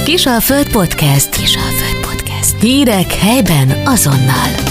Kisalföld Podcast. Kisalföld Podcast. Hírek helyben azonnal.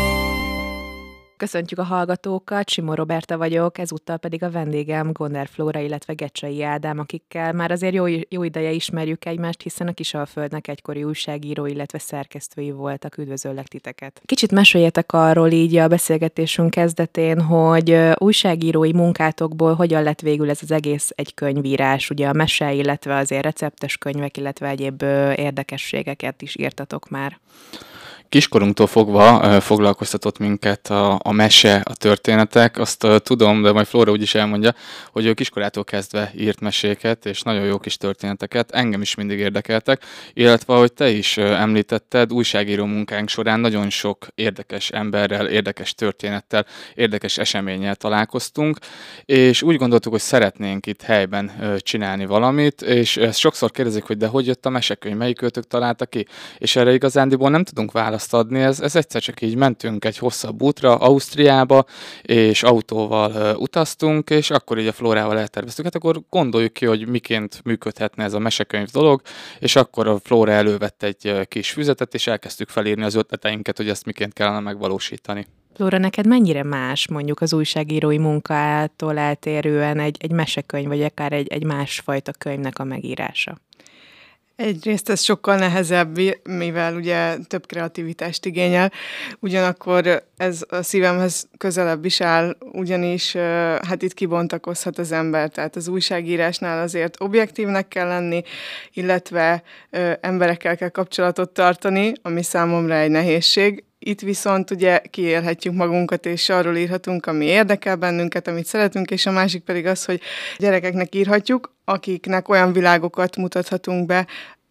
Köszöntjük a hallgatókat, Simon Roberta vagyok, ezúttal pedig a vendégem Gondár Flóra, illetve Gecsei Ádám, akikkel már azért jó ideje ismerjük egymást, hiszen a Kisalföldnek egykori újságíró, illetve szerkesztői voltak. Üdvözöllek titeket. Kicsit meséljetek arról így a beszélgetésünk kezdetén, hogy újságírói munkátokból hogyan lett végül ez az egész egy könyvírás, ugye a mese, illetve azért receptes könyvek, illetve egyéb érdekességeket is írtatok már. Kiskorunktól fogva foglalkoztatott minket a mese, a történetek. Azt tudom, de majd Flóra úgyis elmondja, hogy ő kiskorától kezdve írt meséket, és nagyon jó kis történeteket. Engem is mindig érdekeltek, illetve ahogy te is említetted, újságíró munkánk során nagyon sok érdekes emberrel, érdekes történettel, érdekes eseménnyel találkoztunk, és úgy gondoltuk, hogy szeretnénk itt helyben csinálni valamit, és ezt sokszor kérdezik, hogy de hogy jött a mesekönyv, melyik őtök találta ki? És erre igazándiból nem tudunk választ adni, ez egyszer csak így mentünk egy hosszabb útra, Ausztriába, és autóval utaztunk, és akkor így a Flórával elterveztük. Hát akkor gondoljuk ki, hogy miként működhetne ez a mesekönyv dolog, és akkor a Flóra elővette egy kis füzetet, és elkezdtük felírni az ötleteinket, hogy ezt miként kellene megvalósítani. Flóra, neked mennyire más mondjuk az újságírói munkától eltérően egy mesekönyv, vagy akár egy másfajta könyvnek a megírása? Egyrészt ez sokkal nehezebb, mivel ugye több kreativitást igényel, ugyanakkor ez a szívemhez közelebb is áll, ugyanis hát itt kibontakozhat az ember, tehát az újságírásnál azért objektívnek kell lenni, illetve emberekkel kell kapcsolatot tartani, ami számomra egy nehézség. Itt viszont ugye kiélhetjük magunkat, és arról írhatunk, ami érdekel bennünket, amit szeretünk, és a másik pedig az, hogy gyerekeknek írhatjuk, akiknek olyan világokat mutathatunk be,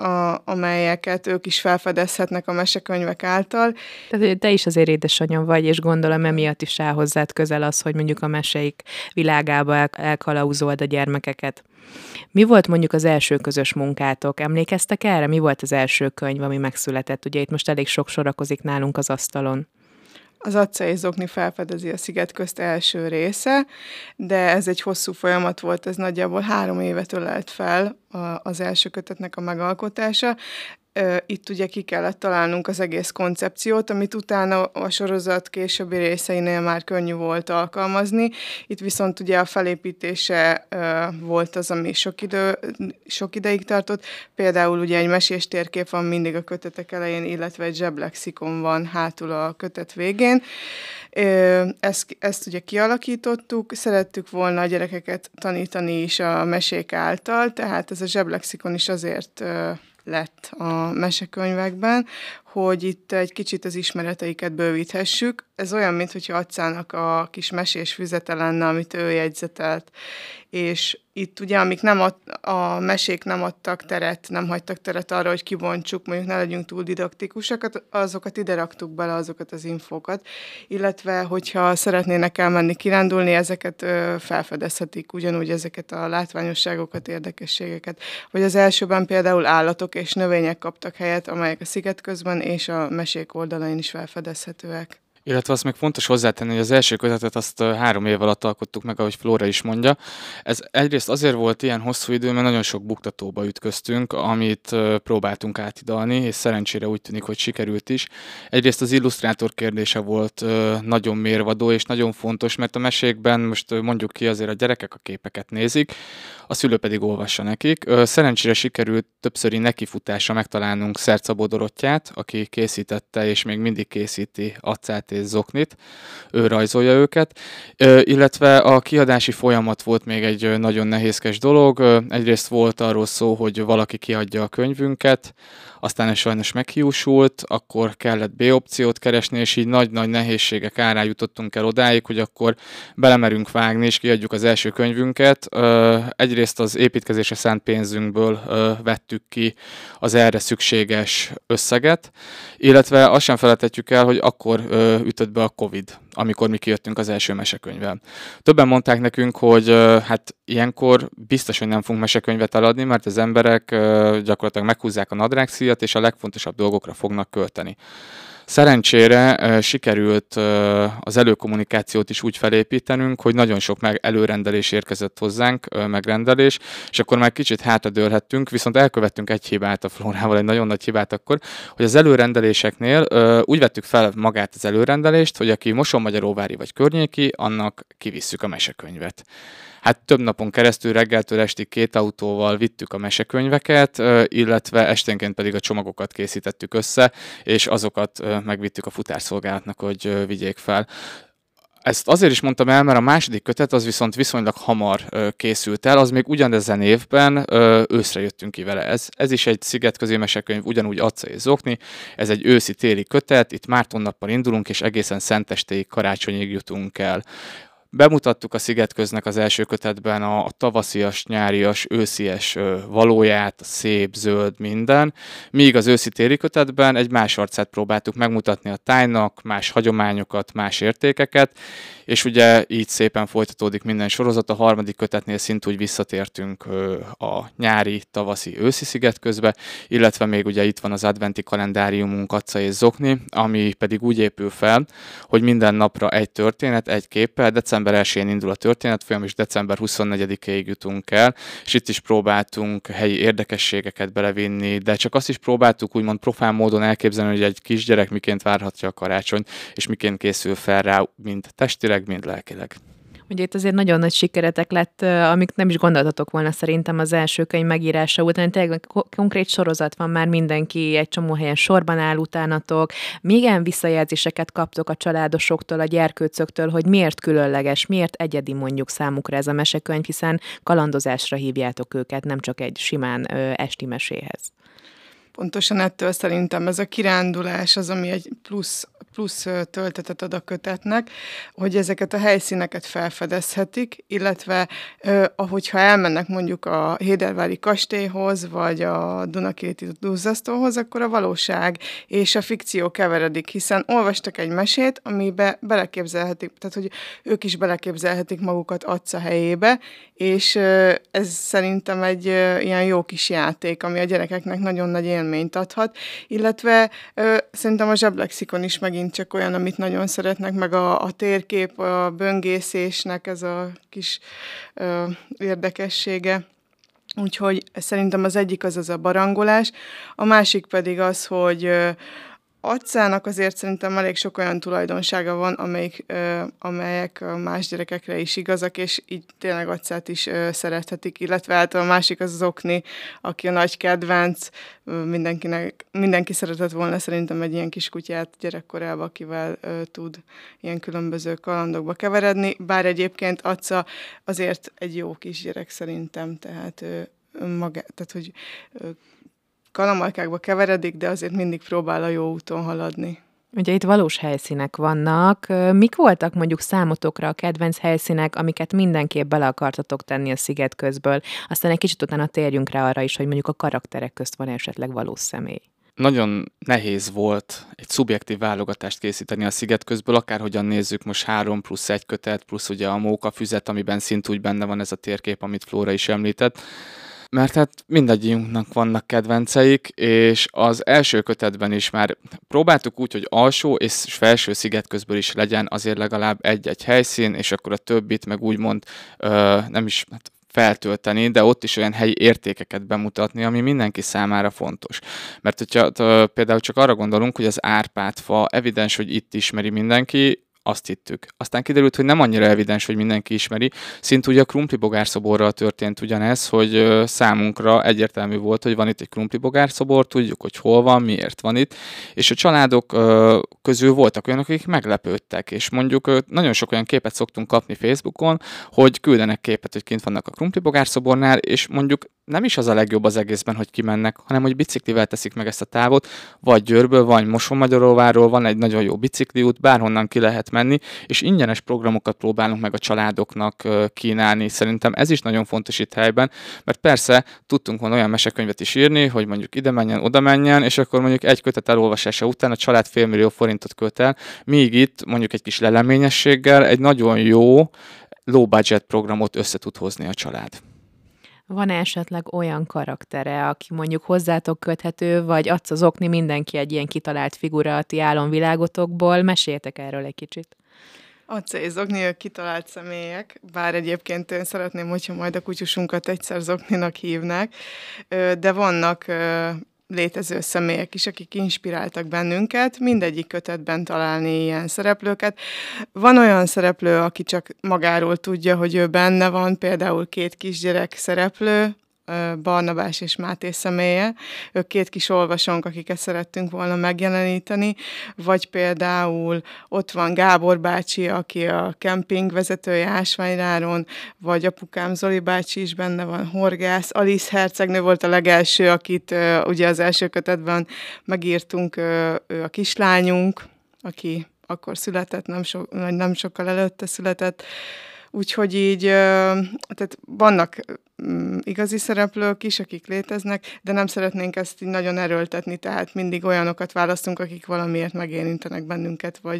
amelyeket ők is felfedezhetnek a mesekönyvek által. Tehát te is azért édesanyja vagy, és gondolom emiatt is áll hozzád közel az, hogy mondjuk a meseik világába elkalauzold a gyermekeket. Mi volt mondjuk az első közös munkátok? Emlékeztek erre? Mi volt az első könyv, ami megszületett? Ugye itt most elég sok sorakozik nálunk az asztalon. Az Aca és Zokni felfedezi a sziget közt első része, de ez egy hosszú folyamat volt, ez nagyjából 3 évet ölelt fel az első kötetnek a megalkotása. Itt ugye ki kellett találnunk az egész koncepciót, amit utána a sorozat későbbi részeinél már könnyű volt alkalmazni. Itt viszont ugye a felépítése volt az, ami sok ideig tartott. Például ugye egy mesés térkép van mindig a kötetek elején, illetve egy zseblexikon van hátul a kötet végén. Ezt ugye kialakítottuk, szerettük volna a gyerekeket tanítani is a mesék által, tehát ez a zseblexikon is azért lett a mesekönyvekben, hogy itt egy kicsit az ismereteiket bővíthessük. Ez olyan, mintha Acának a kis mesés füzete lenne, amit ő jegyzetelt. És itt ugye, amik a mesék nem adtak teret, nem hagytak teret arra, hogy kibontsuk, mondjuk ne legyünk túl didaktikusak, azokat ide raktuk bele, azokat az infókat. Illetve, hogyha szeretnének elmenni kirándulni, ezeket felfedezhetik, ugyanúgy ezeket a látványosságokat, érdekességeket. Vagy az elsőben például állatok és növények kaptak helyet, amelyek a sziget közben és a mesék oldalain is felfedezhetőek. Illetve azt még fontos hozzátenni, hogy az első kötetet azt 3 év alatt alkottuk meg, ahogy Flóra is mondja. Ez egyrészt azért volt ilyen hosszú idő, mert nagyon sok buktatóba ütköztünk, amit próbáltunk átidalni, és szerencsére úgy tűnik, hogy sikerült is. Egyrészt az illusztrátor kérdése volt nagyon mérvadó és nagyon fontos, mert a mesékben most mondjuk ki azért a gyerekek a képeket nézik, a szülő pedig olvassa nekik. Szerencsére sikerült többszöri nekifutásra megtalálnunk Szercabó Dorottyát, aki készítette és még mindig készíti Acát és Zoknit, ő rajzolja őket, illetve a kiadási folyamat volt még egy nagyon nehézkes dolog. Egyrészt volt arról szó, hogy valaki kiadja a könyvünket, aztán ez sajnos meghiúsult, akkor kellett B-opciót keresni, és így nagy-nagy nehézségek árán jutottunk el odáig, hogy akkor belemerünk vágni, és kiadjuk az első könyvünket. Egyrészt az építkezésre szánt pénzünkből vettük ki az erre szükséges összeget, illetve azt sem felejthetjük el, hogy akkor ütött be a Covid. amikor mi kijöttünk az első mesekönyvvel. Többen mondták nekünk, hogy hát ilyenkor biztos, hogy nem fogunk mesekönyvet eladni, mert az emberek gyakorlatilag meghúzzák a nadrágszíjat, és a legfontosabb dolgokra fognak költeni. Szerencsére sikerült az előkommunikációt is úgy felépítenünk, hogy nagyon sok előrendelés érkezett hozzánk, megrendelés, és akkor már kicsit hátradőlhettünk, viszont elkövettünk egy hibát a Flórával, egy nagyon nagy hibát akkor, hogy az előrendeléseknél úgy vettük fel magát az előrendelést, hogy aki Mosonmagyaróvári vagy környéki, annak kivisszük a mesekönyvet. Hát több napon keresztül reggeltől estig 2 autóval vittük a mesekönyveket, illetve esténként pedig a csomagokat készítettük össze, és azokat megvittük a futárszolgálatnak, hogy vigyék fel. Ezt azért is mondtam el, mert a második kötet az viszont viszonylag hamar készült el, az még ugyanezen évben őszre jöttünk ki vele. Ez is egy szigetközi mesekönyv, ugyanúgy Aca és Zokni, ez egy őszi-téli kötet, itt mártonnappal indulunk, és egészen Szentestéig, karácsonyig jutunk el. Bemutattuk a Szigetköznek az első kötetben a tavaszias, nyárias, őszies valóját, a szép, zöld, minden, míg az őszi-téli kötetben egy más arcát próbáltuk megmutatni a tájnak, más hagyományokat, más értékeket, és ugye így szépen folytatódik minden sorozat. A harmadik kötetnél szintúgy visszatértünk a nyári, tavaszi, őszi Szigetközbe, illetve még ugye itt van az adventi kalendáriumunk Aca és Zokni, ami pedig úgy épül fel, hogy minden napra egy történet, egy képpel, december 1-én indul a történetfolyam, és december 24-ig jutunk el, és itt is próbáltunk helyi érdekességeket belevinni, de csak azt is próbáltuk úgymond profán módon elképzelni, hogy egy kisgyerek miként várhatja a karácsonyt, és miként készül fel rá, mind testileg, mind lelkileg. Ugye itt azért nagyon nagy sikeretek lett, amik nem is gondoltatok volna szerintem az első könyv megírása után. Tényleg konkrét sorozat van már, mindenki egy csomó helyen sorban áll utánatok. Milyen visszajelzéseket kaptok a családosoktól, a gyerkőcöktől, hogy miért különleges, miért egyedi mondjuk számukra ez a mesekönyv, hiszen kalandozásra hívjátok őket, nem csak egy simán esti meséhez. Pontosan ettől szerintem ez a kirándulás az, ami egy plusz töltetet ad a kötetnek, hogy ezeket a helyszíneket felfedezhetik, illetve ahogyha elmennek mondjuk a Hédervári kastélyhoz, vagy a Dunakéti duzzasztóhoz, akkor a valóság és a fikció keveredik, hiszen olvastak egy mesét, amibe beleképzelhetik, tehát hogy ők is beleképzelhetik magukat Aca helyébe, és ez szerintem egy ilyen jó kis játék, ami a gyerekeknek nagyon nagy élményt adhat, illetve szerintem a zseblexikon is megint csak olyan, amit nagyon szeretnek, meg a térkép, a böngészésnek ez a kis érdekessége. Úgyhogy szerintem az egyik az a barangolás, a másik pedig az, hogy Acának azért szerintem elég sok olyan tulajdonsága van, amelyek más gyerekekre is igazak, és így tényleg Acát is szerethetik, illetve hát a másik az Zokni, aki a nagy kedvenc, mindenki szeretett volna szerintem egy ilyen kis kutyát gyerekkorában, akivel tud ilyen különböző kalandokba keveredni, bár egyébként Aca azért egy jó kisgyerek szerintem, tehát hogy kalamalkákba keveredik, de azért mindig próbál a jó úton haladni. Ugye itt valós helyszínek vannak. Mik voltak mondjuk számotokra a kedvenc helyszínek, amiket mindenképp bele akartatok tenni a Szigetközből? Aztán egy kicsit utána térjünk rá arra is, hogy mondjuk a karakterek közt van esetleg valós személy. Nagyon nehéz volt egy szubjektív válogatást készíteni a Szigetközből, akárhogyan nézzük, most 3+1 kötet, plusz ugye a mókafüzet, amiben szintúgy benne van ez a térkép, amit Flóra is említett. Mert hát mindannyiunknak vannak kedvenceik, és az első kötetben is már próbáltuk úgy, hogy alsó és felső Szigetközből is legyen azért legalább egy-egy helyszín, és akkor a többit meg úgymond nem is feltölteni, de ott is olyan helyi értékeket bemutatni, ami mindenki számára fontos. Mert hogyha például csak arra gondolunk, hogy az Árpád-fa evidens, hogy itt ismeri mindenki, azt hittük. Aztán kiderült, hogy nem annyira evidens, hogy mindenki ismeri. Szintúgy a krumplibogár-szoborral történt ugyanez, hogy számunkra egyértelmű volt, hogy van itt egy krumplibogár-szobor, tudjuk, hogy hol van, miért van itt, és a családok közül voltak olyanok, akik meglepődtek, és mondjuk nagyon sok olyan képet szoktunk kapni Facebookon, hogy küldenek képet, hogy kint vannak a krumplibogár-szobornál, és mondjuk nem is az a legjobb az egészben, hogy kimennek, hanem hogy biciklivel teszik meg ezt a távot, vagy Győrből, vagy Mosonmagyaróvárról van egy nagyon jó bicikliút, bárhonnan ki lehet menni, és ingyenes programokat próbálunk meg a családoknak kínálni. Szerintem ez is nagyon fontos itt helyben, mert persze tudtunk volna olyan mesekönyvet is írni, hogy mondjuk ide menjen, oda menjen, és akkor mondjuk egy kötet elolvasása után a család $500,000 költ el, míg itt mondjuk egy kis leleményességgel egy nagyon jó low budget programot össze tud hozni a család. Van esetleg olyan karaktere, aki mondjuk hozzátok köthető, vagy adsz az okni mindenki egy ilyen kitalált figura a ti álomvilágotokból? Meséljetek erről egy kicsit. Acca és Zokni ők kitalált személyek, bár egyébként én szeretném, hogyha majd a kutyusunkat egyszer Zokninak hívnák, de vannak létező személyek is, akik inspiráltak bennünket, mindegyik kötetben találni ilyen szereplőket. Van olyan szereplő, aki csak magáról tudja, hogy ő benne van, például 2 kisgyerek szereplő, Barnabás és Máté személye. Ők 2 kis olvasónk, akiket szerettünk volna megjeleníteni, vagy például ott van Gábor bácsi, aki a kemping vezetője Ásványráron, vagy apukám Zoli bácsi is benne van, horgász. Alice hercegnő volt a legelső, akit ugye az első kötetben megírtunk, ő a kislányunk, aki akkor született, nem sokkal előtte született. Úgyhogy így, tehát vannak igazi szereplők is, akik léteznek, de nem szeretnénk ezt így nagyon erőltetni, tehát mindig olyanokat választunk, akik valamiért megérintenek bennünket, vagy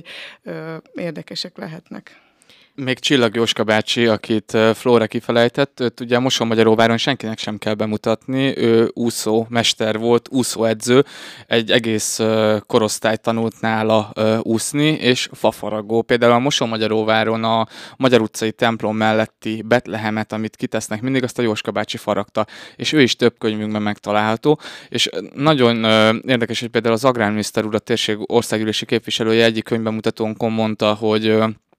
érdekesek lehetnek. Még Csillag Jóska bácsi, akit Flóra kifelejtett, őt ugye a Mosonmagyaróváron senkinek sem kell bemutatni, ő úszómester volt, úszóedző, egy egész korosztály tanult nála úszni, és fafaragó. Például a Mosonmagyaróváron a Magyar utcai templom melletti Betlehemet, amit kitesznek mindig, azt a Jóska bácsi faragta, és ő is több könyvünkben megtalálható, és nagyon érdekes, hogy például az agrárminiszter úr, a térség országgyűlési képviselője egyik könyvbemutatónkon mondta, hogy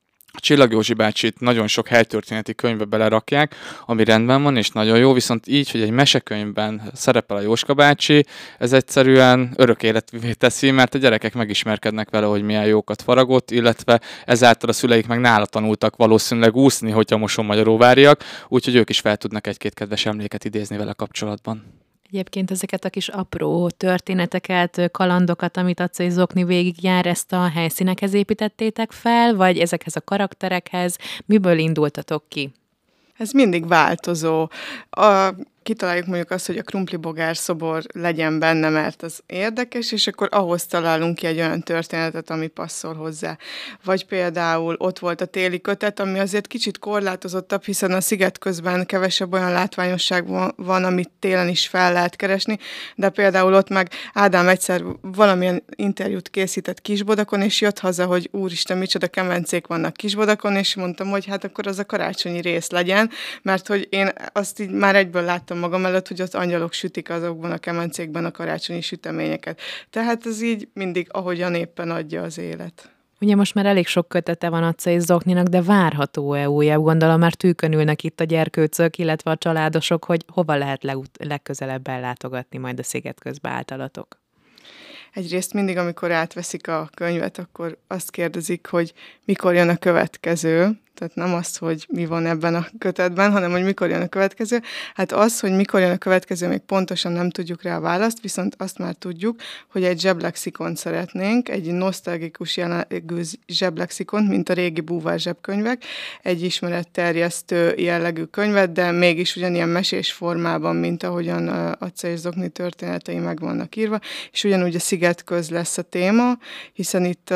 a Csillag Józsi bácsit nagyon sok helytörténeti könyvbe belerakják, ami rendben van, és nagyon jó, viszont így, hogy egy mesekönyvben szerepel a Jóska bácsi, ez egyszerűen örök életűvé teszi, mert a gyerekek megismerkednek vele, hogy milyen jókat faragott, illetve ezáltal a szüleik meg nála tanultak valószínűleg úszni, hogyha Mosonmagyaróváriak, úgyhogy ők is fel tudnak egy-két kedves emléket idézni vele kapcsolatban. Egyébként ezeket a kis apró történeteket, kalandokat, amit Acca és Zokni végigjár, ezt a helyszínekhez építettétek fel, vagy ezekhez a karakterekhez? Miből indultatok ki? Ez mindig változó. Kitaláljuk mondjuk azt, hogy a krumplibogár szobor legyen benne, mert az érdekes, és akkor ahhoz találunk ki egy olyan történetet, ami passzol hozzá. Vagy például ott volt a téli kötet, ami azért kicsit korlátozottabb, hiszen a sziget közben kevesebb olyan látványosság van, amit télen is fel lehet keresni, de például ott meg Ádám egyszer valamilyen interjút készített Kisbodakon, és jött haza, hogy úristen, micsoda kemencék vannak Kisbodakon, és mondtam, hogy hát akkor az a karácsonyi rész legyen, mert hogy én azt így már egyből láttam magam előtt, hogy az angyalok sütik azokban a kemencékben a karácsonyi süteményeket. Tehát ez így mindig, ahogyan éppen adja az élet. Ugye most már elég sok kötete van Acca és Zokninak, de várható-e újabb? Gondolom már tűkön ülnek itt a gyerkőcök, illetve a családosok, hogy hova lehet legközelebb ellátogatni majd a sziget közben általatok? Egyrészt mindig, amikor átveszik a könyvet, akkor azt kérdezik, hogy mikor jön a következő. Tehát nem az, hogy mi van ebben a kötetben, hanem hogy mikor jön a következő. Hát az, hogy mikor jön a következő, még pontosan nem tudjuk rá a választ, viszont azt már tudjuk, hogy egy zseblexikont szeretnénk, egy nosztalgikus jellegű zseblexikont, mint a régi búvár zsebkönyvek, egy ismeretterjesztő jellegű könyvet, de mégis ugyanilyen mesés formában, mint ahogyan Acca és Zokni történetei meg vannak írva, és ugyanúgy a szigetköz lesz a téma, hiszen itt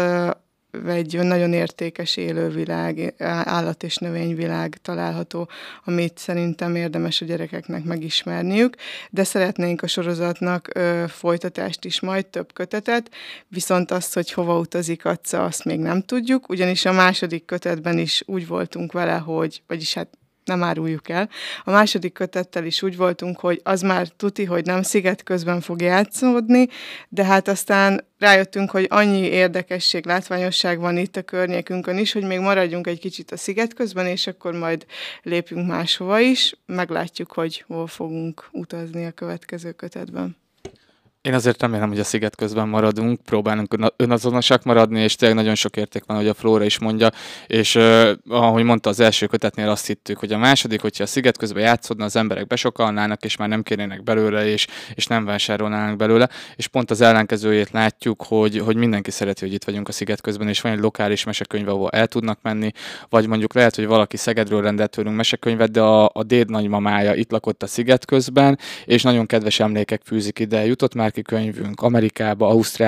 egy nagyon értékes élővilág, állat- és növényvilág található, amit szerintem érdemes a gyerekeknek megismerniük, de szeretnénk a sorozatnak folytatást is, majd több kötetet, viszont azt, hogy hova utazik Acca, azt még nem tudjuk, ugyanis a második kötetben is úgy voltunk vele, vagyis hát nem áruljuk el. A második kötettel is úgy voltunk, hogy az már tuti, hogy nem sziget közben fog játszódni, de hát aztán rájöttünk, hogy annyi érdekesség, látványosság van itt a környékünkön is, hogy még maradjunk egy kicsit a sziget közben, és akkor majd lépünk máshova is. Meglátjuk, hogy hol fogunk utazni a következő kötetben. Én azért remélem, hogy a sziget közben maradunk, próbálunk önazonosak maradni, és tényleg nagyon sok érték van, hogy a Flóra is mondja, és ahogy mondta, az első kötetnél azt hittük, hogy a második, hogyha a sziget közben játszódna, az emberek besokalnának, és már nem kérnének belőle, és nem vásárolnának belőle, és pont az ellenkezőjét látjuk, hogy mindenki szereti, hogy itt vagyunk a sziget közben, és van egy lokális mesekönyv, ahol el tudnak menni, vagy mondjuk lehet, hogy valaki Szegedről rendelt tőlünk mesekönyvet, de a déd nagymamája itt lakott a sziget közben, és nagyon kedves emlékek fűzik ide. Jutott már ki könyvünk Amerikába,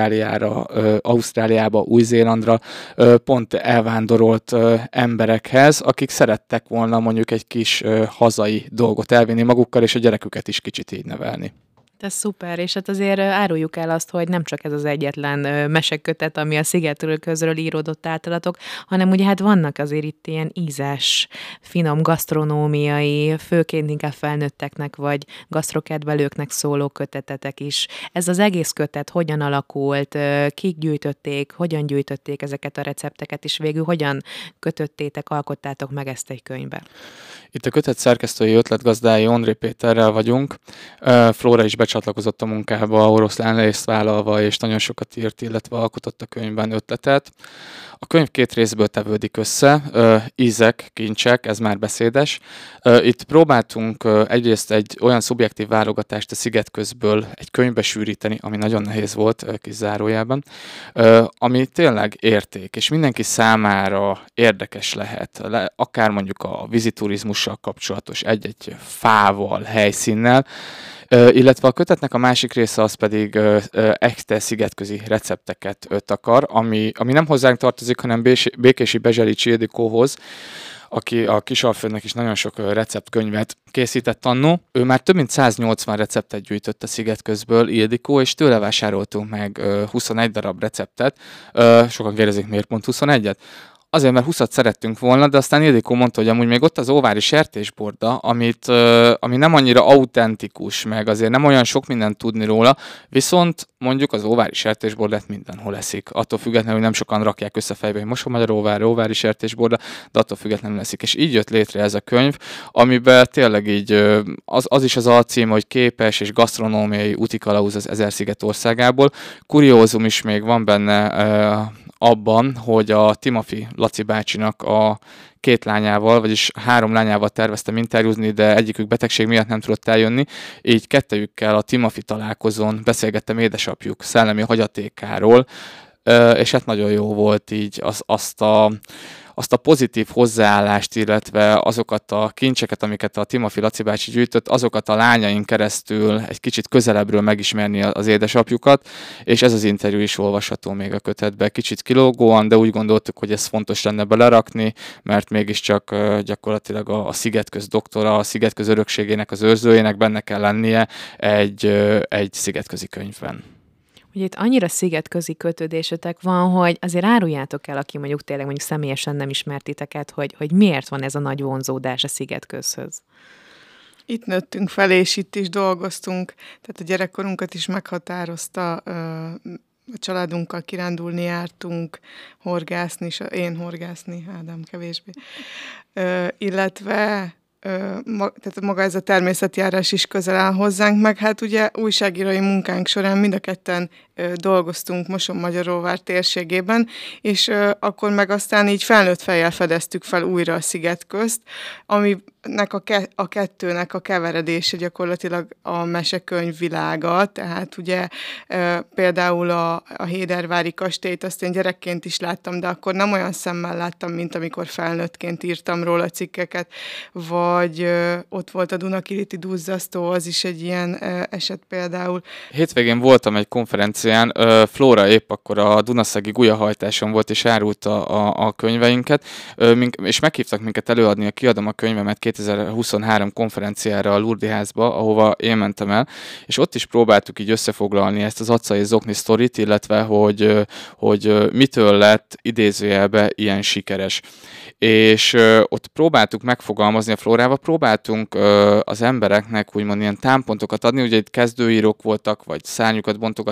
Ausztráliába, Új-Zélandra, pont elvándorolt emberekhez, akik szerettek volna mondjuk egy kis hazai dolgot elvinni magukkal, és a gyereküket is kicsit így nevelni. Ez szuper, és hát azért áruljuk el azt, hogy nem csak ez az egyetlen mesekötet, ami a szigetről közről íródott általatok, hanem ugye hát vannak azért itt ilyen ízes, finom gasztronómiai, főként inkább felnőtteknek vagy gasztrokedvelőknek szóló kötetetek is. Ez az egész kötet hogyan alakult, kik gyűjtötték, hogyan gyűjtötték ezeket a recepteket, és végül hogyan kötöttétek, alkottátok meg ezt egy könyvbe? Itt a kötet szerkesztői ötletgazdái Ondré Péterrel vagyunk. Flóra is becsatlakozott a munkába, oroszlán részt vállalva, és nagyon sokat írt, illetve alkotott a könyvben ötletet. A könyv 2 részből tevődik össze, ízek, kincsek, ez már beszédes. Itt próbáltunk egyrészt egy olyan szubjektív válogatást a sziget közből egy könyvbe sűríteni, ami nagyon nehéz volt, kis zárójában, ami tényleg érték, és mindenki számára érdekes lehet, akár mondjuk a víziturizmussal kapcsolatos egy-egy fával, helyszínnel, illetve a kötetnek a másik része az pedig echte szigetközi recepteket takar, ami nem hozzánk tartozik, hanem Békési Bezselics Ildikóhoz, aki a Kisalföldnek is nagyon sok receptkönyvet készített annó. Ő már több mint 180 receptet gyűjtött a sziget közből, Ildikó, és tőle vásároltunk meg 21 darab receptet. Sokan kérdezik, miért pont 21-et? Azért, mert 20-at szerettünk volna, de aztán Ildikó mondta, hogy amúgy még ott az óvári sertésborda, ami nem annyira autentikus, meg azért nem olyan sok mindent tudni róla, viszont mondjuk az óvári sertésbordát mindenhol eszik. Attól függetlenül, hogy nem sokan rakják össze fejbe, hogy Mosonmagyaróvár, óvári sertésborda, de attól függetlenül eszik. És így jött létre ez a könyv, amiben tényleg így az is az alcím, hogy képes és gasztronómiai útikalauz az 1000 sziget országából. Kuriózum is még van benne abban, hogy a Timofy Laci bácsinak a 2 lányával, vagyis 3 lányával terveztem interjúzni, de egyikük betegség miatt nem tudott eljönni, így kettejükkel a Timofy találkozón beszélgettem édesapjuk szellemi hagyatékáról, és hát nagyon jó volt így azt a pozitív hozzáállást, illetve azokat a kincseket, amiket a Timofy Laci bácsi gyűjtött, azokat a lányain keresztül egy kicsit közelebbről megismerni az édesapjukat, és ez az interjú is olvasható még a kötetben. Kicsit kilógóan, de úgy gondoltuk, hogy ez fontos lenne belerakni, mert mégiscsak gyakorlatilag a szigetköz doktora, a szigetköz örökségének az őrzőjének benne kell lennie egy szigetközi könyvben. Ugye itt annyira szigetközi kötődésetek van, hogy azért áruljátok el, aki mondjuk személyesen nem ismert titeket, hogy miért van ez a nagy vonzódás a szigetközhöz. Itt nőttünk fel, és itt is dolgoztunk, tehát a gyerekkorunkat is meghatározta, a családunkkal kirándulni jártunk, horgászni, én horgászni, Ádám kevésbé, illetve tehát maga ez a természetjárás is közel áll hozzánk, meg hát ugye újságírói munkánk során mind a ketten dolgoztunk Mosonmagyaróvár térségében, és akkor meg aztán így felnőtt fejjel fedeztük fel újra a szigetközt, aminek a kettőnek a keveredése gyakorlatilag a mesekönyv világa, tehát ugye például a Hédervári kastélyt azt én gyerekként is láttam, de akkor nem olyan szemmel láttam, mint amikor felnőttként írtam róla cikkeket, vagy ott volt a Dunakiriti duzzasztó, az is egy ilyen eset például. Hétvégén voltam egy konferencián, Flóra épp akkor a Dunaszegi gulyahajtáson volt, és árulta a könyveinket, és meghívtak minket előadni a Kiadom a könyvemet 2023 konferenciára a Lurdi házba, ahova én mentem el, és ott is próbáltuk így összefoglalni ezt az Aca és Zokni sztorit, illetve hogy mitől lett idézőjelbe ilyen sikeres. És ott próbáltuk megfogalmazni a Flórával, próbáltunk az embereknek úgymond ilyen támpontokat adni, ugye itt kezdőírók voltak, vagy szárnyukat bontogató írók,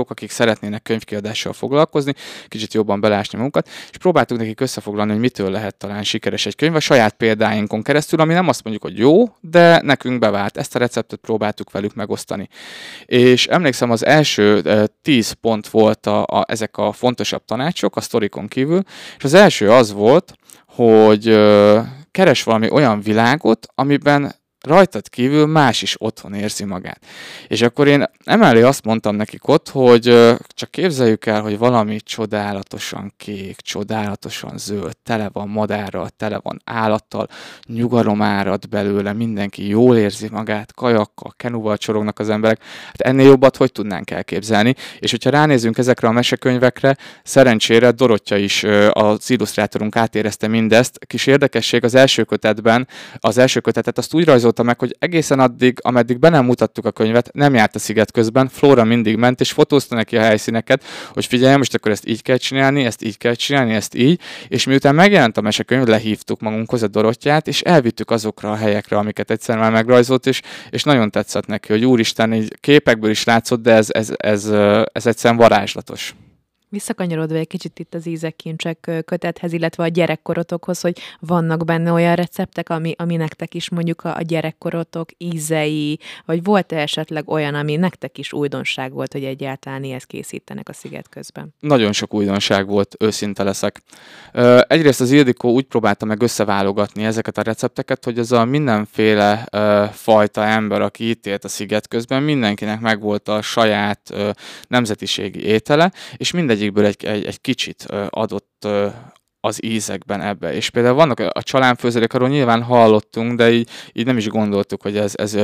olvasók, akik szeretnének könyvkiadással foglalkozni, kicsit jobban belásni magukat, és próbáltuk nekik összefoglalni, hogy mitől lehet talán sikeres egy könyv a saját példáinkon keresztül, ami nem azt mondjuk, hogy jó, de nekünk bevált. Ezt a receptet próbáltuk velük megosztani. És emlékszem, az első 10 pont volt ezek a fontosabb tanácsok a sztorikon kívül, és az első az volt, hogy keres valami olyan világot, amiben rajtad kívül más is otthon érzi magát. És akkor én emellé azt mondtam nekik ott, hogy csak képzeljük el, hogy valami csodálatosan kék, csodálatosan zöld, tele van madárral, tele van állattal, nyugalom árad belőle, mindenki jól érzi magát, kajakkal, kenuval csorognak az emberek. Hát ennél jobbat hogy tudnánk elképzelni? És hogyha ránézünk ezekre a mesekönyvekre, szerencsére Dorottya is, az illusztrátorunk átérezte mindezt. Kis érdekesség, az első kötetet azt úgy rajzolta meg, hogy egészen addig, ameddig be nem mutattuk a könyvet, nem járt a sziget közben, Flóra mindig ment, és fotózta neki a helyszíneket, hogy figyelj, most akkor ezt így kell csinálni, ezt így kell csinálni, ezt így, és miután megjelent a mesekönyv, lehívtuk magunkhoz a Dorottyát, és elvittük azokra a helyekre, amiket egyszer már megrajzolt, és nagyon tetszett neki, hogy úristen, így képekből is látszott, de ez egyszerűen varázslatos. Visszakanyarodva egy kicsit itt az ízekkincsek kötethez, illetve a gyerekkorotokhoz, hogy vannak benne olyan receptek, ami nektek is mondjuk a gyerekkorotok ízei, vagy volt-e esetleg olyan, ami nektek is újdonság volt, hogy egyáltalán ilyet készítenek a sziget közben? Nagyon sok újdonság volt, őszinte leszek. Egyrészt az Ildikó úgy próbálta meg összeválogatni ezeket a recepteket, hogy az a mindenféle fajta ember, aki itt élt a sziget közben, mindenkinek megvolt a saját nemzetiségi étele, és mindegyikből egy kicsit adott az ízekben ebbe. És például vannak a csalánfőzelék, arról nyilván hallottunk, de így nem is gondoltuk, hogy ez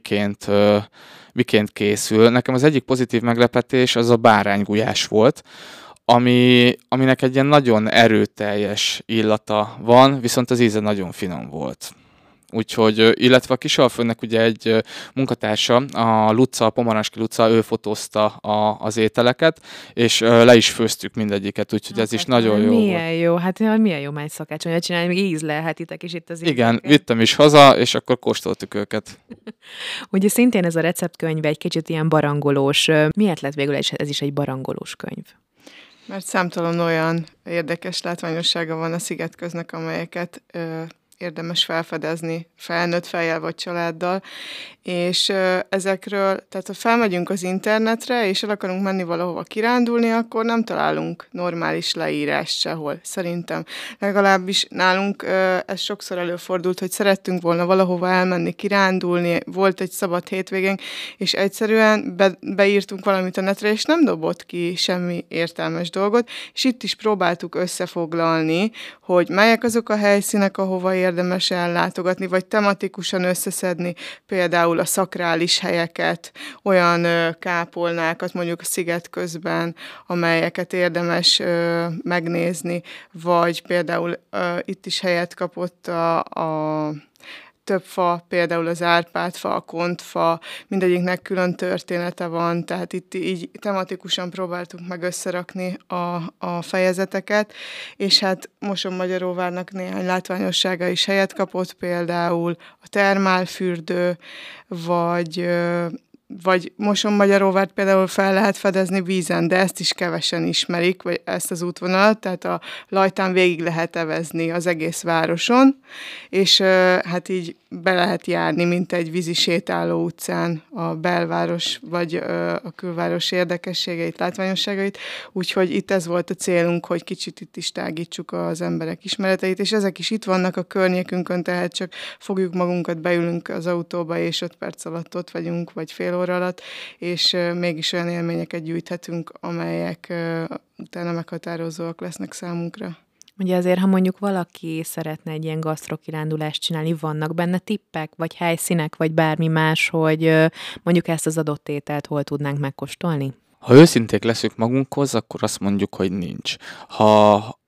miként készül. Nekem az egyik pozitív meglepetés az a báránygulyás volt, aminek egy ilyen nagyon erőteljes illata van, viszont az íze nagyon finom volt. Úgyhogy, illetve a Kisalföldnek ugye egy munkatársa, a Pomaranski Luca, ő fotózta az ételeket, és le is főztük mindegyiket, úgyhogy ez is nagyon jó milyen volt. jó, hát milyen jó már szakácsonyat csinálni, még ízlelhetitek is itt az Igen, vittem is haza, és akkor kóstoltuk őket. Ugye szintén ez a receptkönyv egy kicsit ilyen barangolós. Miért lett végül ez is egy barangolós könyv? Mert számtalan olyan érdekes látványossága van a szigetköznek, amelyeket érdemes felfedezni felnőtt fejjel vagy családdal, és ezekről, tehát ha felmegyünk az internetre, és el akarunk menni valahova kirándulni, akkor nem találunk normális leírást sehol, szerintem. Legalábbis nálunk ez sokszor előfordult, hogy szerettünk volna valahova elmenni kirándulni, volt egy szabad hétvégénk, és egyszerűen beírtunk valamit a netre, és nem dobott ki semmi értelmes dolgot, és itt is próbáltuk összefoglalni, hogy melyek azok a helyszínek, ahova érdemes ellátogatni, vagy tematikusan összeszedni például a szakrális helyeket, olyan kápolnákat mondjuk a sziget közben, amelyeket érdemes megnézni, vagy például itt is helyet kapott a több fa, például az Árpád-fa, a Kontfa, mindegyiknek külön története van, tehát itt így tematikusan próbáltuk meg összerakni a fejezeteket, és hát Mosonmagyaróvárnak néhány látványossága is helyet kapott, például a termálfürdő, vagy Mosonmagyaróvárt például fel lehet fedezni vízen, de ezt is kevesen ismerik, vagy ezt az útvonalat, tehát a Lajtán végig lehet evezni az egész városon, és hát így be lehet járni, mint egy vízi sétáló utcán a belváros, vagy a külváros érdekességeit, látványosságait, úgyhogy itt ez volt a célunk, hogy kicsit itt is tágítsuk az emberek ismereteit, és ezek is itt vannak a környékünkön, tehát csak fogjuk magunkat, beülünk az autóba, és 5 perc alatt ott vagyunk, vagy fél óra alatt, és mégis olyan élményeket gyűjthetünk, amelyek utána meghatározóak lesznek számunkra. Ugye azért, ha mondjuk valaki szeretne egy ilyen gasztrokirándulást csinálni, vannak benne tippek, vagy helyszínek, vagy bármi más, hogy mondjuk ezt az adott ételt hol tudnánk megkóstolni? Ha őszinték leszünk magunkhoz, akkor azt mondjuk, hogy nincs. Ha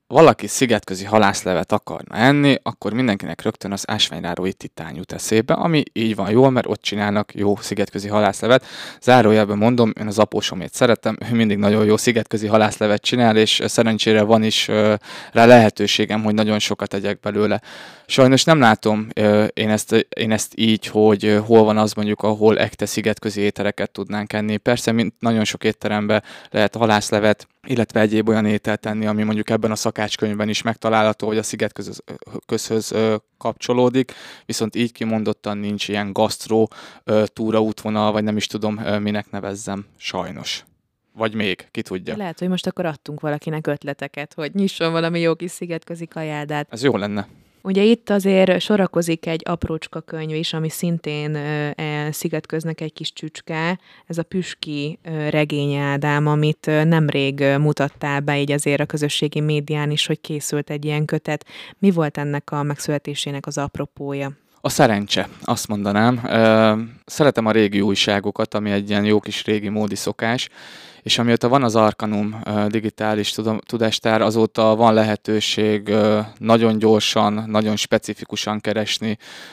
valaki szigetközi halászlevet akarna enni, akkor mindenkinek rögtön az ásványrárói titány jut eszébe, ami így van jól, mert ott csinálnak jó szigetközi halászlevet. Zárójelben mondom, én az apósomét szeretem, ő mindig nagyon jó szigetközi halászlevet csinál, és szerencsére van is rá lehetőségem, hogy nagyon sokat tegyek belőle. Sajnos nem látom én ezt így, hogy hol van az mondjuk, ahol ekte szigetközi ételeket tudnánk enni. Persze nagyon sok étteremben lehet halászlevet, illetve egyéb olyan ételt tenni, ami mondjuk ebben a szakácskönyvben is megtalálható, hogy a szigetközhöz kapcsolódik, viszont így kimondottan nincs ilyen gasztró túraútvonal, vagy nem is tudom, minek nevezzem, sajnos. Vagy még, ki tudja. Lehet, hogy most akkor adtunk valakinek ötleteket, hogy nyisson valami jó kis szigetközi kajádát. Ez jó lenne. Ugye itt azért sorakozik egy aprócska könyv is, ami szintén szigetköznek egy kis csücske, ez a Püski regény, Ádám, amit nemrég mutattál be így azért a közösségi médián is, hogy készült egy ilyen kötet. Mi volt ennek a megszületésének az apropója? A szerencse, azt mondanám. Szeretem a régi újságokat, ami egy ilyen jó kis régi módi szokás, és amióta van az Arcanum digitális tudástár, azóta van lehetőség nagyon gyorsan, nagyon specifikusan keresni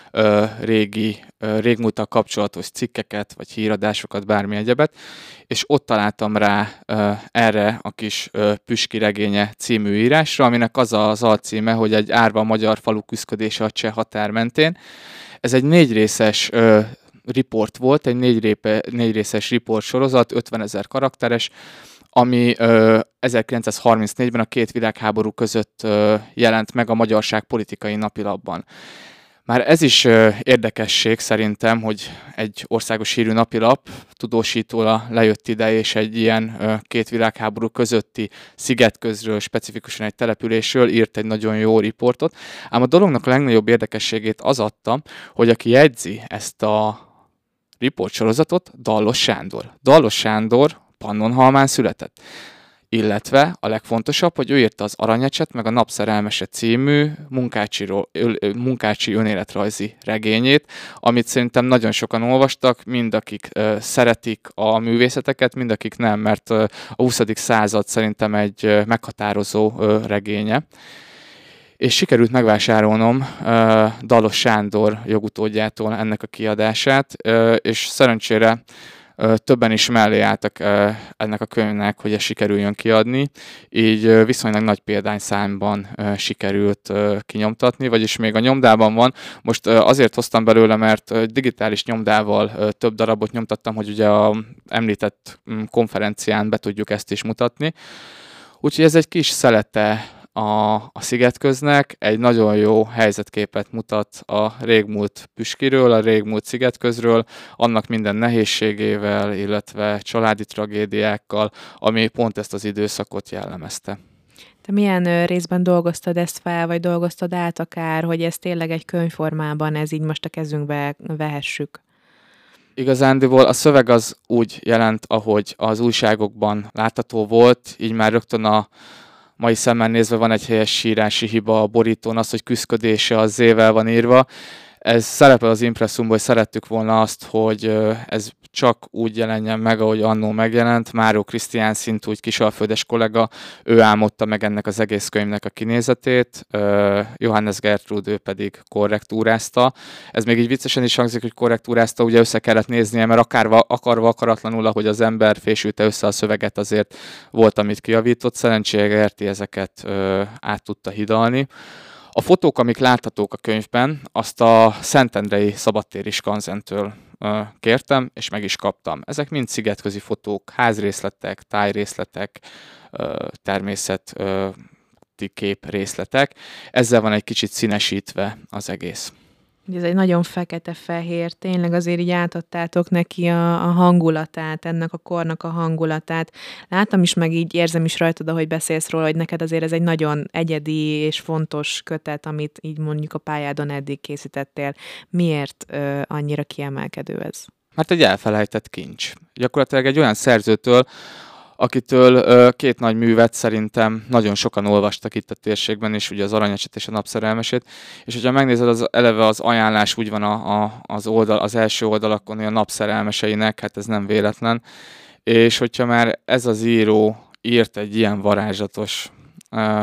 régmúlttal kapcsolatos cikkeket, vagy híradásokat, bármi egyebet, és ott találtam rá erre a kis Püski regénye című írásra, aminek az az alcíme, hogy egy árva magyar falu küszködése a cseh határ mentén. Ez egy 4 részes riport volt, egy 4 részes riport sorozat, 50 000 karakteres, ami 1934-ben a 2 világháború között jelent meg a Magyarság politikai napilapban. Már ez is érdekesség szerintem, hogy egy országos hírű napilap tudósítóra lejött ide, és egy ilyen 2 világháború közötti szigetközről, specifikusan egy településről írt egy nagyon jó riportot. Ám a dolognak a legnagyobb érdekességét az adta, hogy aki jegyzi ezt a riportsorozatot, Dallos Sándor. Dallos Sándor Pannonhalmán született. Illetve a legfontosabb, hogy ő írta az Aranyecset, meg a Napszerelmese című munkácsi önéletrajzi regényét, amit szerintem nagyon sokan olvastak, mind akik szeretik a művészeteket, mind akik nem, mert a 20. század szerintem egy meghatározó regénye. És sikerült megvásárolnom Dallos Sándor jogutódjától ennek a kiadását, és szerencsére többen is mellé álltak ennek a könyvnek, hogy ezt sikerüljön kiadni, így viszonylag nagy példányszámban sikerült kinyomtatni, vagyis még a nyomdában van. Most azért hoztam belőle, mert digitális nyomdával több darabot nyomtattam, hogy ugye a említett konferencián be tudjuk ezt is mutatni. Úgyhogy ez egy kis szelete a szigetköznek, egy nagyon jó helyzetképet mutat a régmúlt Püskiről, a régmúlt szigetközről, annak minden nehézségével, illetve családi tragédiákkal, ami pont ezt az időszakot jellemezte. Te milyen részben dolgoztad ezt fel, vagy dolgoztad át akár, hogy ez tényleg egy könyvformában, ez így most a kezünkbe vehessük? Igazándiból a szöveg az úgy jelent, ahogy az újságokban látható volt, így már rögtön a mai szemmel nézve van egy helyesírási hiba a borítón, az, hogy küszködése az Z-vel van írva. Ez szerepel az impresszumban, hogy szerettük volna azt, hogy ez csak úgy jelenjen meg, ahogy annó megjelent. Máró Krisztián szintúgy kisalföldes kollega, ő álmodta meg ennek az egész könyvnek a kinézetét, Johannes Gertrud ő pedig korrektúrázta. Ez még így viccesen is hangzik, hogy korrektúrázta, ugye össze kellett néznie, mert akarva akaratlanul, ahogy az ember fésülte össze a szöveget, azért volt, amit kijavított. Szerencsére Gerti ezeket át tudta hidalni. A fotók, amik láthatók a könyvben, azt a Szentendrei Szabadtéri Skanzentől kértem, és meg is kaptam. Ezek mind szigetközi fotók, házrészletek, tájrészletek, természeti képrészletek. Ezzel van egy kicsit színesítve az egész. Ez egy nagyon fekete-fehér, tényleg azért így átadtátok neki a hangulatát, ennek a kornak a hangulatát. Látom is, meg így érzem is rajtad, ahogy beszélsz róla, hogy neked azért ez egy nagyon egyedi és fontos kötet, amit így mondjuk a pályádon eddig készítettél. Miért annyira kiemelkedő ez? Mert egy elfelejtett kincs. Gyakorlatilag egy olyan szerzőtől, akitől 2 nagy művet szerintem nagyon sokan olvastak itt a térségben, és ugye az Aranyecset és a Napszerelmesét, és hogyha megnézed, eleve az ajánlás úgy van az első oldalakon, hogy a Napszerelmeseinek, hát ez nem véletlen, és hogyha már ez az író írt egy ilyen varázslatos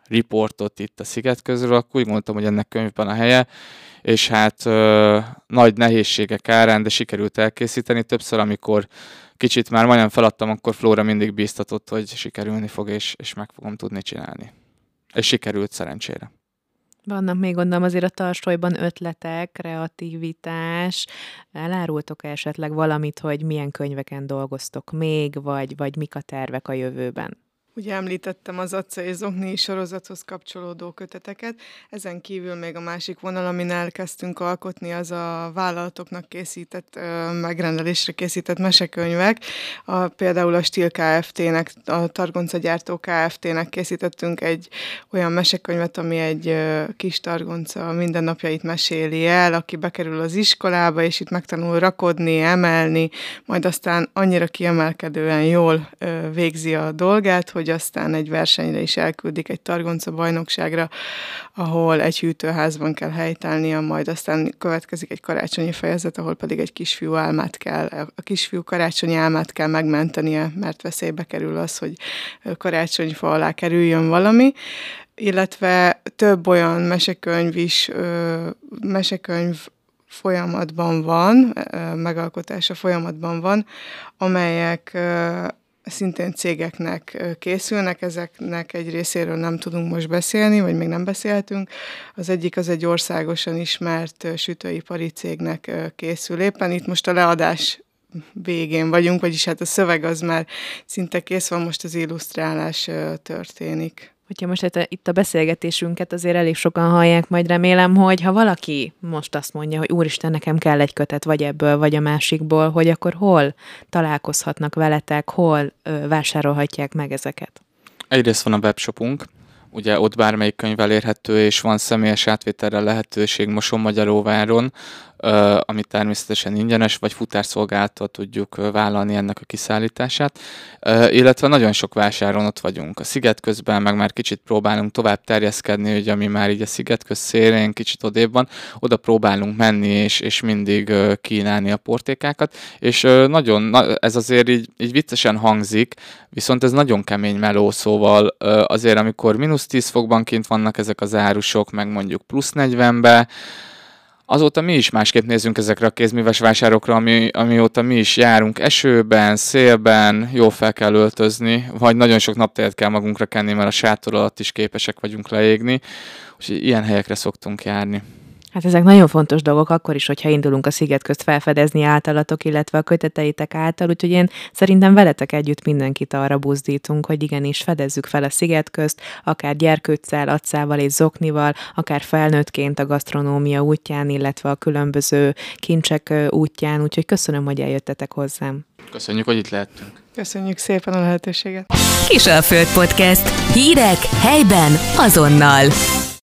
riportot itt a Szigetközről, akkor úgy mondtam, hogy ennek könyvben a helye, és hát nagy nehézségek árán, de sikerült elkészíteni. Többször, amikor kicsit már majdnem feladtam, akkor Flóra mindig bíztatott, hogy sikerülni fog, és meg fogom tudni csinálni. És sikerült szerencsére. Vannak még gondolom azért a tarsolyban ötletek, kreativitás. Elárultok esetleg valamit, hogy milyen könyveken dolgoztok még, vagy mik a tervek a jövőben? Ugye említettem az Aca és Zokni sorozathoz kapcsolódó köteteket, ezen kívül még a másik vonal, amin elkezdtünk alkotni, az a vállalatoknak készített, megrendelésre készített mesekönyvek. Például a Stil Kft-nek, a Targonca gyártó Kft-nek készítettünk egy olyan mesekönyvet, ami egy kis targonca mindennapjait meséli el, aki bekerül az iskolába, és itt megtanul rakodni, emelni, majd aztán annyira kiemelkedően jól végzi a dolgát, hogy aztán egy versenyre is elküldik, egy targonca bajnokságra, ahol egy hűtőházban kell helytállnia, majd aztán következik egy karácsonyi fejezet, ahol pedig egy a kisfiú karácsonyi álmát kell megmentenie, mert veszélybe kerül az, hogy karácsonyfa alá kerüljön valami, illetve több olyan mesekönyv folyamatban van, megalkotása folyamatban van, amelyek szintén cégeknek készülnek, ezeknek egy részéről nem tudunk most beszélni, vagy még nem beszélhetünk. Az egyik az egy országosan ismert sütőipari cégnek készül. Éppen itt most a leadás végén vagyunk, vagyis hát a szöveg az már szinte kész van, most az illusztrálás történik. Hogyha most itt a beszélgetésünket azért elég sokan hallják, majd remélem, hogy ha valaki most azt mondja, hogy úristen, nekem kell egy kötet, vagy ebből, vagy a másikból, hogy akkor hol találkozhatnak veletek, hol vásárolhatják meg ezeket? Egyrészt van a webshopunk, ugye ott bármelyik könyv elérhető, és van személyes átvételre lehetőség Mosonmagyaróváron, ami természetesen ingyenes, vagy futárszolgálattal tudjuk vállalni ennek a kiszállítását, illetve nagyon sok vásáron ott vagyunk. A Szigetközben meg már kicsit próbálunk tovább terjeszkedni, ugye, ami már így a Szigetköz szélén kicsit odébb van, oda próbálunk menni, és mindig kínálni a portékákat, és ez azért így viccesen hangzik, viszont ez nagyon kemény meló, szóval azért, amikor -10 fokban kint vannak ezek az árusok, meg mondjuk +40-be, azóta mi is másképp nézünk ezekre a kézműves vásárokra, amióta mi is járunk esőben, szélben, jól fel kell öltözni, vagy nagyon sok naptejet kell magunkra kenni, mert a sátor alatt is képesek vagyunk leégni, úgyhogy ilyen helyekre szoktunk járni. Hát ezek nagyon fontos dolgok, akkor is, hogyha indulunk a Szigetközt felfedezni általatok, illetve a köteteitek által, úgyhogy én szerintem veletek együtt mindenkit arra buzdítunk, hogy igenis fedezzük fel a Szigetközt, akár gyerkőccel, acával és zoknival, akár felnőttként a gasztronómia útján, illetve a különböző kincsek útján, úgyhogy köszönöm, hogy eljöttetek hozzám. Köszönjük, hogy itt lehettünk. Köszönjük szépen a lehetőséget. Kisalföld Podcast. Hírek helyben azonnal.